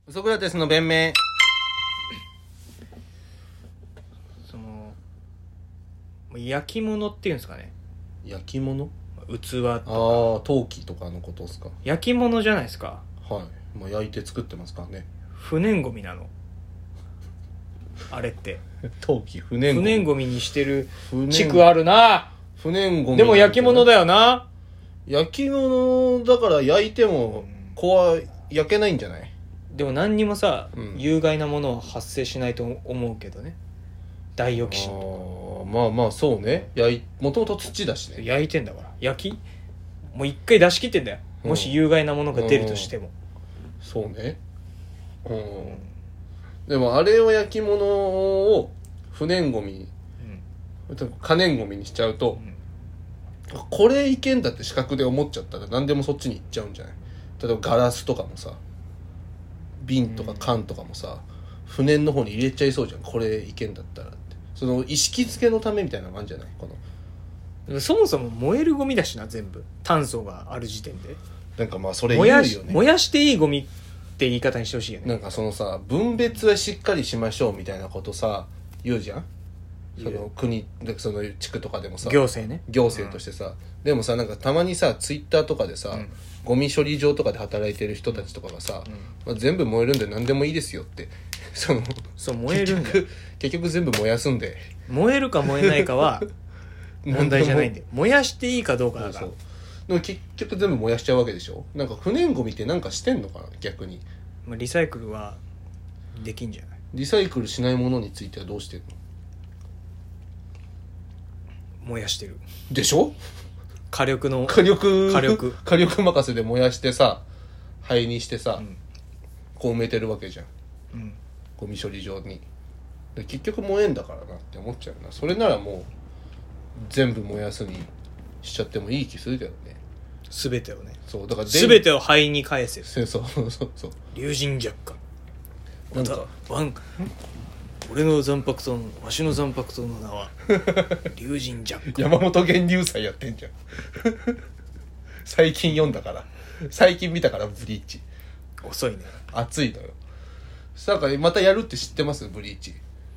ソクラテスの弁明。 その焼き物っていうんですかね、 焼き物？ 器とか陶器とかのことですか？ 焼き物じゃないですか。 はい、まあ、焼いて作ってますからね。 不燃ゴミなのあれって陶器不燃ゴミ。 不燃ゴミにしてる地区あるな。 不燃ゴミでも焼き物だよな。 焼き物だから焼いても子は焼けないんじゃない？ でも何にもさ、 うん有害なものは発生しないと思うけどね。ダイオキシンとまあまあそうね。もともと土だしかね。 焼いてんだから。焼きもう一回出し切ってんだよ、もし有害なものが出るとしても。 そうね。でもあれを焼き物を不燃ゴミ、可燃ゴミにしちゃうと、これいけんだって視覚で思っちゃったら何でもそっちに行っちゃうんじゃない？例えばガラスとかもさ、瓶とか缶とかもさ、不燃の方に入れちゃいそうじゃん。これいけんだったらって、その意識づけのためみたいなのがあるんじゃない？このそもそも燃えるゴミだしな、全部炭素がある時点で。 なんかまあそれ言うよね。 燃やしていいゴミって言い方にしてほしいよね。 なんかそのさ、分別はしっかりしましょうみたいなことさ言うじゃん。その国、その地区とかでもさ、 行政ね、 行政としてさ、でもさ、なんかたまにさツイッターとかでさ、ゴミ処理場とかで働いてる人たちとかがさ、まあ、全部燃えるんで何でもいいですよってそう燃えるんだよ。 結局全部燃やすんで、 燃えるか燃えないかは問題じゃないんで燃やしていいかどうかだから。 そうでも結局全部燃やしちゃうわけでしょ。なんか不燃ゴミってなんかしてんのかな、逆に。 まあ、リサイクルはできんじゃない？ リサイクルしないものについてはどうしてんの？ 燃やしてるでしょ。 火力火力任せで燃やしてさ、灰にしてさ、こう埋めてるわけじゃん、ゴミ処理場に。で結局燃えんだからなって思っちゃうな。それならもう全部燃やすにしちゃってもいい気するけどね。 全てをね。 そうだから全てを灰に返せる。 そう龍神弱化。 なんか俺の残白刀、わしの残白刀の名は龍神弱化。 山本源流祭やってんじゃん最近読んだから、最近見たから、ブリーチ遅いね。 熱いのよ。なんかまたやるって知ってます？ブリーチ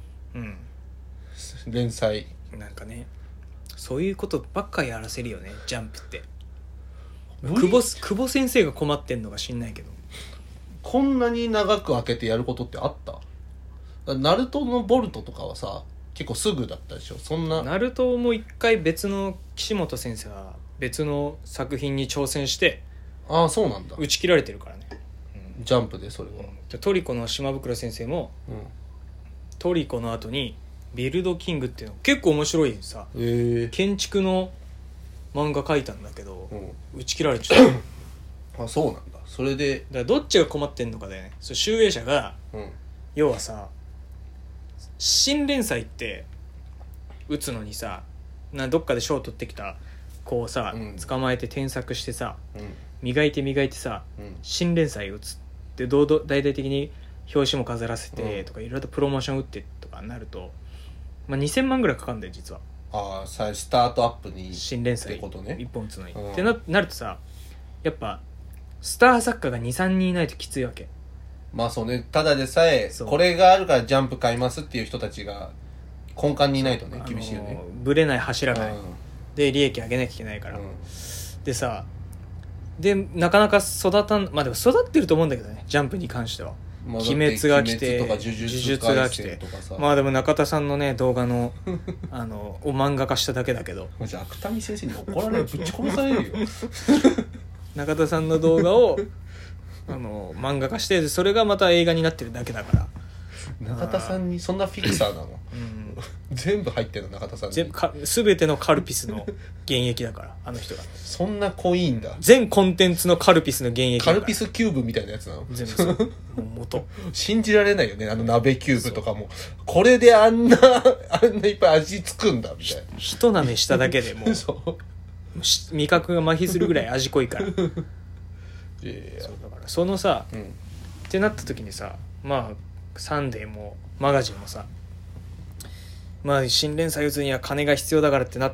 連載。 なんかね、そういうことばっかやらせるよね、ジャンプって。久保先生が困ってんのか知んないけど、 こんなに長く開けてやることってあった？ナルトのボルトとかはさ結構すぐだったでしょ。そんなナルトも一回別の岸本先生が別の作品に挑戦してそうなんだ。 打ち切られてるからね、 ジャンプでそれは、 トリコの島袋先生も、トリコの後にビルドキングっていうの結構面白いさ、建築の漫画描いたんだけど、打ち切られちゃうそうなんだ。それでだからどっちが困ってんのかだよね。そう、集英社が、要はさ、新連載って打つのにさ、どっかで賞を取ってきた子をさ、捕まえて添削してさ、磨いてさ、新連載打つって大々的に表紙も飾らせてとか、いろいろとプロモーション打ってとかなると、まあ、2000万ぐらいかかるんだよ実は。 スタートアップに新連載ってことね。 1本打つのに、ってなるとさ、やっぱスター作家が 2,3 人いないときついわけ。 まあそうね。ただでさえこれがあるからジャンプ買いますっていう人たちが根幹にいないとね、厳しいよね。 ブレない柱が、で利益上げなきゃいけないから、でさ、でなかなかまあでも育ってると思うんだけどね、ジャンプに関しては。鬼滅が来て、呪術が来て、まあでも中田さんのね動画のを漫画化しただけだけど、 マジ芥見先生に怒られる、ぶち殺されるよ中田さんの動画を漫画化して、それがまた映画になってるだけだから。 中田さんにそんなフィクサーなの全部入ってるの中田さんに。 全てのカルピスの原液だからあの人が。 そんな濃いんだ。 全コンテンツのカルピスの原液だから。 カルピスキューブみたいなやつなの全部そうもう元信じられないよね、鍋キューブとかも。これであんないっぱい味つくんだみたいな。 一舐めしただけでもう味覚が麻痺するぐらい味濃いからそうだからそのさ、ってなった時にさ、まあサンデーもマガジンもさ、まあ新連載打つには金が必要だからってなって、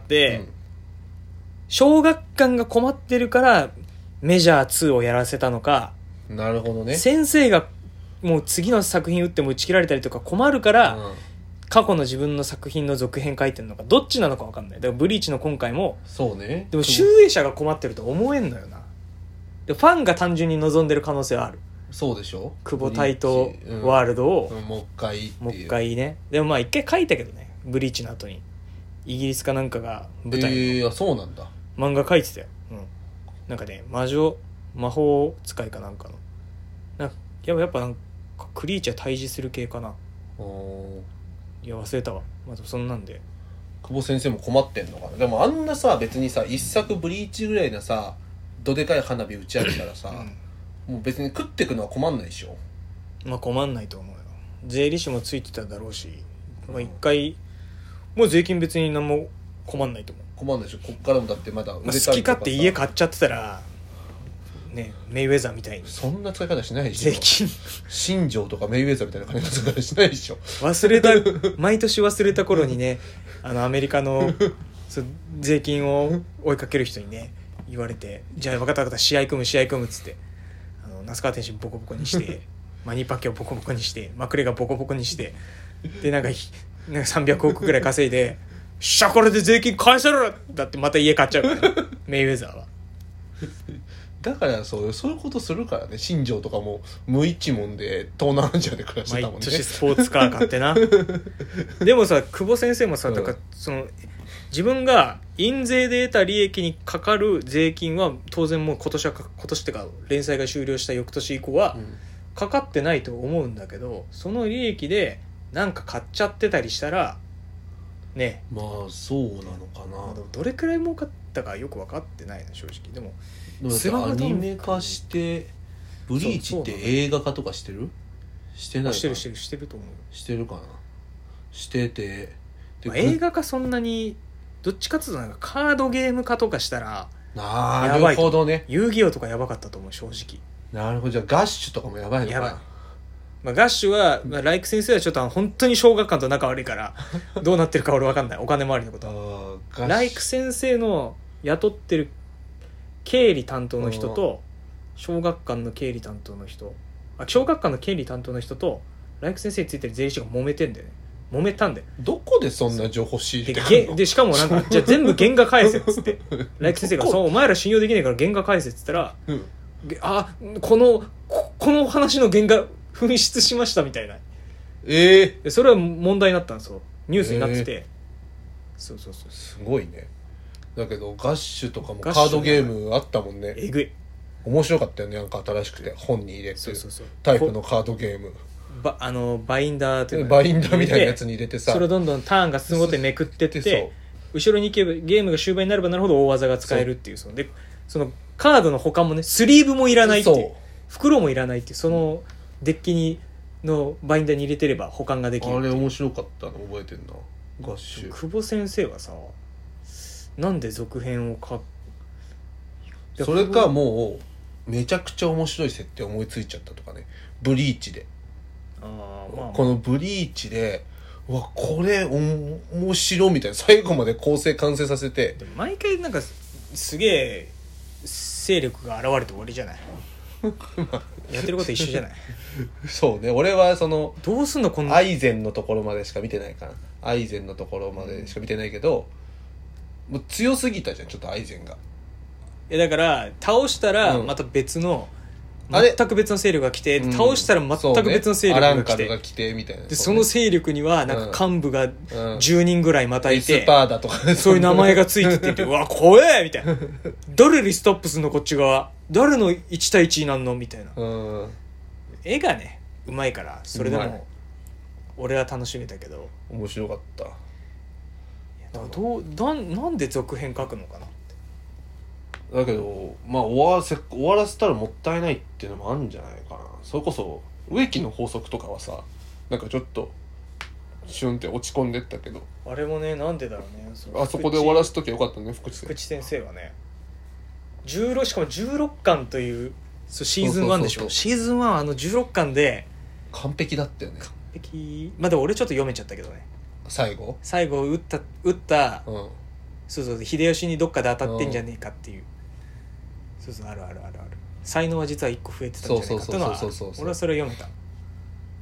小学館が困ってるからメジャー2をやらせたのか、 なるほどね。 先生がもう次の作品打っても打ち切られたりとか困るから、 うん過去の自分の作品の続編書いてるのかどっちなのか分かんない。だからブリーチの今回もそうね。 でも集英社が困ってると思えんのよな。でファンが単純に望んでる可能性はある。 そうでしょ。 久保タイトワールドを、 もう一回っていう。 もう一回ね。でもまあ一回書いたけどね、ブリーチの後にイギリスかなんかが舞台のあ、そうなんだ。 漫画書いてたよ、なんかね魔法使いかなんかのなんかやっぱなんかクリーチャー退治する系かな。いや忘れたわ。まずそんなんで久保先生も困ってんのかな。でもあんなさ別にさ一作ブリーチぐらいなさどでかい花火打ち上げたらさ、もう別に食ってくのは困んないでしょ。 まあ困んないと思うよ。税理士もついてただろうし、まあ一回もう税金別に何も困んないと思う。 困んないでしょ。こっからもだってまだ売れたりとかさ、 好き勝手家買っちゃってたらね、メイウェザーみたいにそんな使い方しないでしょ。 税金新庄とかメイウェザーみたいな感じの使い方しないでしょ。 忘れた毎年忘れた頃にね、アメリカの税金を追いかける人にね言われて、じゃあ分かった試合組むっつって、那須川天心ボコボコにしてマニパケをボコボコにしてマクレがボコボコにして、でなんか300億ぐらい稼いでしゃこれで税金返せろだってまた家買っちゃうから、ね、メイウェザーは。 だからそういうことするからね。新庄とかも無一文で東南アジアで暮らしてたもんね。 毎年スポーツカー買ってなでもさ久保先生もさ、だから自分が印税で得た利益にかかる税金は当然もう今年ってか連載が終了した翌年以降はかかってないと思うんだけど、その利益でなんか買っちゃってたりしたらね、 まあそうなのかな。 どれくらい儲かったかよく分かってないな正直。でもアニメ化してブリーチって映画化とかしてる？してないかな。 してると思う。 してるかな。しててで、映画化そんなにどっちかっていうとなんかカードゲーム化とかしたらなるほどね。 遊戯王とかやばかったと思う正直。 なるほど。じゃあガッシュとかもやばいのかな。 やばい。ガッシュは、ライク先生はちょっと本当に小学館と仲悪いからどうなってるか俺分かんない。お金回りのことライク先生の雇ってる経理担当の人と小学館の経理担当の人、小学館の経理担当の人とライク先生についてる税理士が揉めてんだよね。揉めたんだよ。 どこでそんな情報仕入れてんのでしかもなんかじゃあ全部原画返せっつってライク先生がそうお前ら信用できないから原画返せっつったら、この話の原画紛失しましたみたいな。でそれは問題になったんですよ。ニュースになってて、そうすごいね。だけどガッシュとかもカードゲームあったもんね。 えぐい面白かったよね。なんか新しくて本に入れてタイプのカードゲームバインダーというバインダーみたいなやつに入れてさ、 それをどんどんターンが進むごとにめくってって後ろに行けばゲームが終盤になればなるほど大技が使えるっていう、でそのカードの保管もね、スリーブもいらないっていう、袋もいらないっていう、そのデッキのバインダーに入れてれば保管ができる。 あれ面白かったの覚えてんな。ガッシュ。 久保先生はさ、なんで続編をそれかもうめちゃくちゃ面白い設定思いついちゃったとかね。ブリーチでこのブリーチでうわこれ面白みたいな、最後まで構成完成させて、 でも毎回なんかすげえ勢力が現れて終わりじゃないやってること一緒じゃないそうね。俺はどうすんのこんなアイゼンのところまでしか見てないから、アイゼンのところまでしか見てないけど、もう強すぎたじゃんちょっとアイゼンが。 いやだから倒したらまた別の、全く別の勢力が来て、倒したら全く別の勢力が来て、 アランカルが来てみたいな。 でその勢力にはなんか幹部が10人ぐらいまたいて、 エスパーだとかそういう名前がついててうわ怖えみたいな誰リストップすんのこっち側、誰の1対1になんのみたいな。絵がねうまいからそれでも俺は楽しめたけど。 面白かった。 なんで続編書くのかな。 だけどまあ終わらせたらもったいないっていうのもあるんじゃないかな。それこそ植木の法則とかはさ、なんかちょっとシュンって落ち込んでったけど、 あれもねなんでだろうね。 あそこで終わらすときはよかったね。福地先生はねしかも16巻というシーズン1でしょ。シーズン1は16巻で完璧だったよね。 完璧。まあでも俺ちょっと読めちゃったけどね。最後打った、そう秀吉にどっかで当たってんじゃねえかっていう、ある才能は実は1個増えてたんじゃないかっていうのは俺はそれを読めた。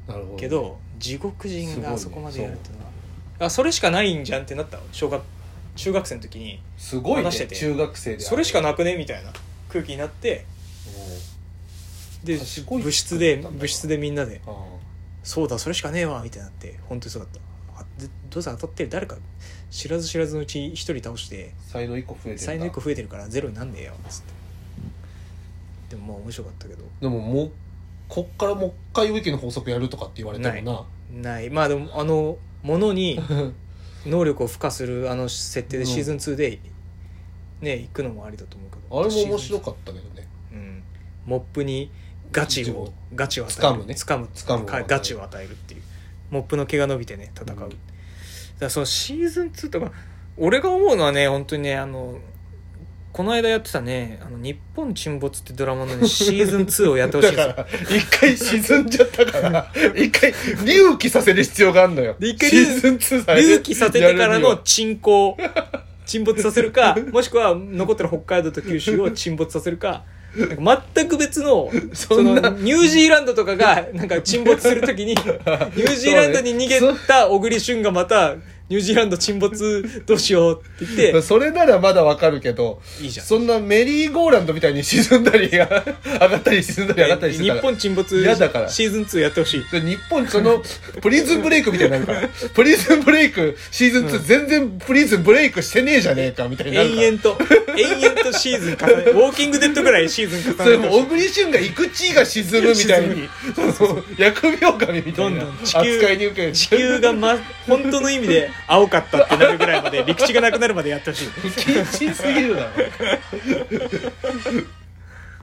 なるほど、ね、 けど地獄人があそこまでやるっていうのは、それしかないんじゃんってなったの。中学生の時にすごいね、 話してて中学生でそれしかなくねみたいな空気になって、で部室でみんなでそうだそれしかねえわみたいになって、本当にそうだった。どうせ当たってる誰か知らずのうち一人倒して才能1個増えてるからゼロになんねえよっつって。でもまあ面白かったけど、 でももうこっからもう一回ウィキの法則やるとかって言われてもない。まあでもものに能力を付加する設定でシーズン2でね行くのもありだと思うけど、 あれも面白かったけどね、 うん、モップにガチを与える、掴むガチを与えるっていう、モップの毛が伸びてね戦う、だからそのシーズン2とか俺が思うのはね、本当にねこの間やってたね日本沈没ってドラマの、ね、シーズン2をやってほしいですよ。 だから一回沈んじゃったから一回隆起させる必要があるのよ。 で一回シーズン2さ隆起させてからの沈没させるかもしくは残ってる北海道と九州を沈没させるか、なんか全く別のそのニュージーランドとかがなんか沈没するときにニュージーランドに逃げた小栗旬がまたニュージーランド沈没どうしようって言ってそれならまだわかるけど、 いいじゃん。 そんなメリーゴーランドみたいに沈んだり上がったり沈んだり上がったりしてたら日本沈没嫌だからシーズン2やってほしい。 日本そのプリズンブレイクみたいになるからプリズンブレイクシーズン2、全然プリズンブレイクしてねえじゃねえかみたいになるから、 延々とシーズン重ねウォーキングデッドぐらいシーズン重ねてそれも小栗旬が行く地位が沈むみたいに疫病神みたいな扱いに受ける。 地球が、本当の意味で青かったってなるぐらいまで陸地がなくなるまでやってほしい。 不謹慎すぎるだろ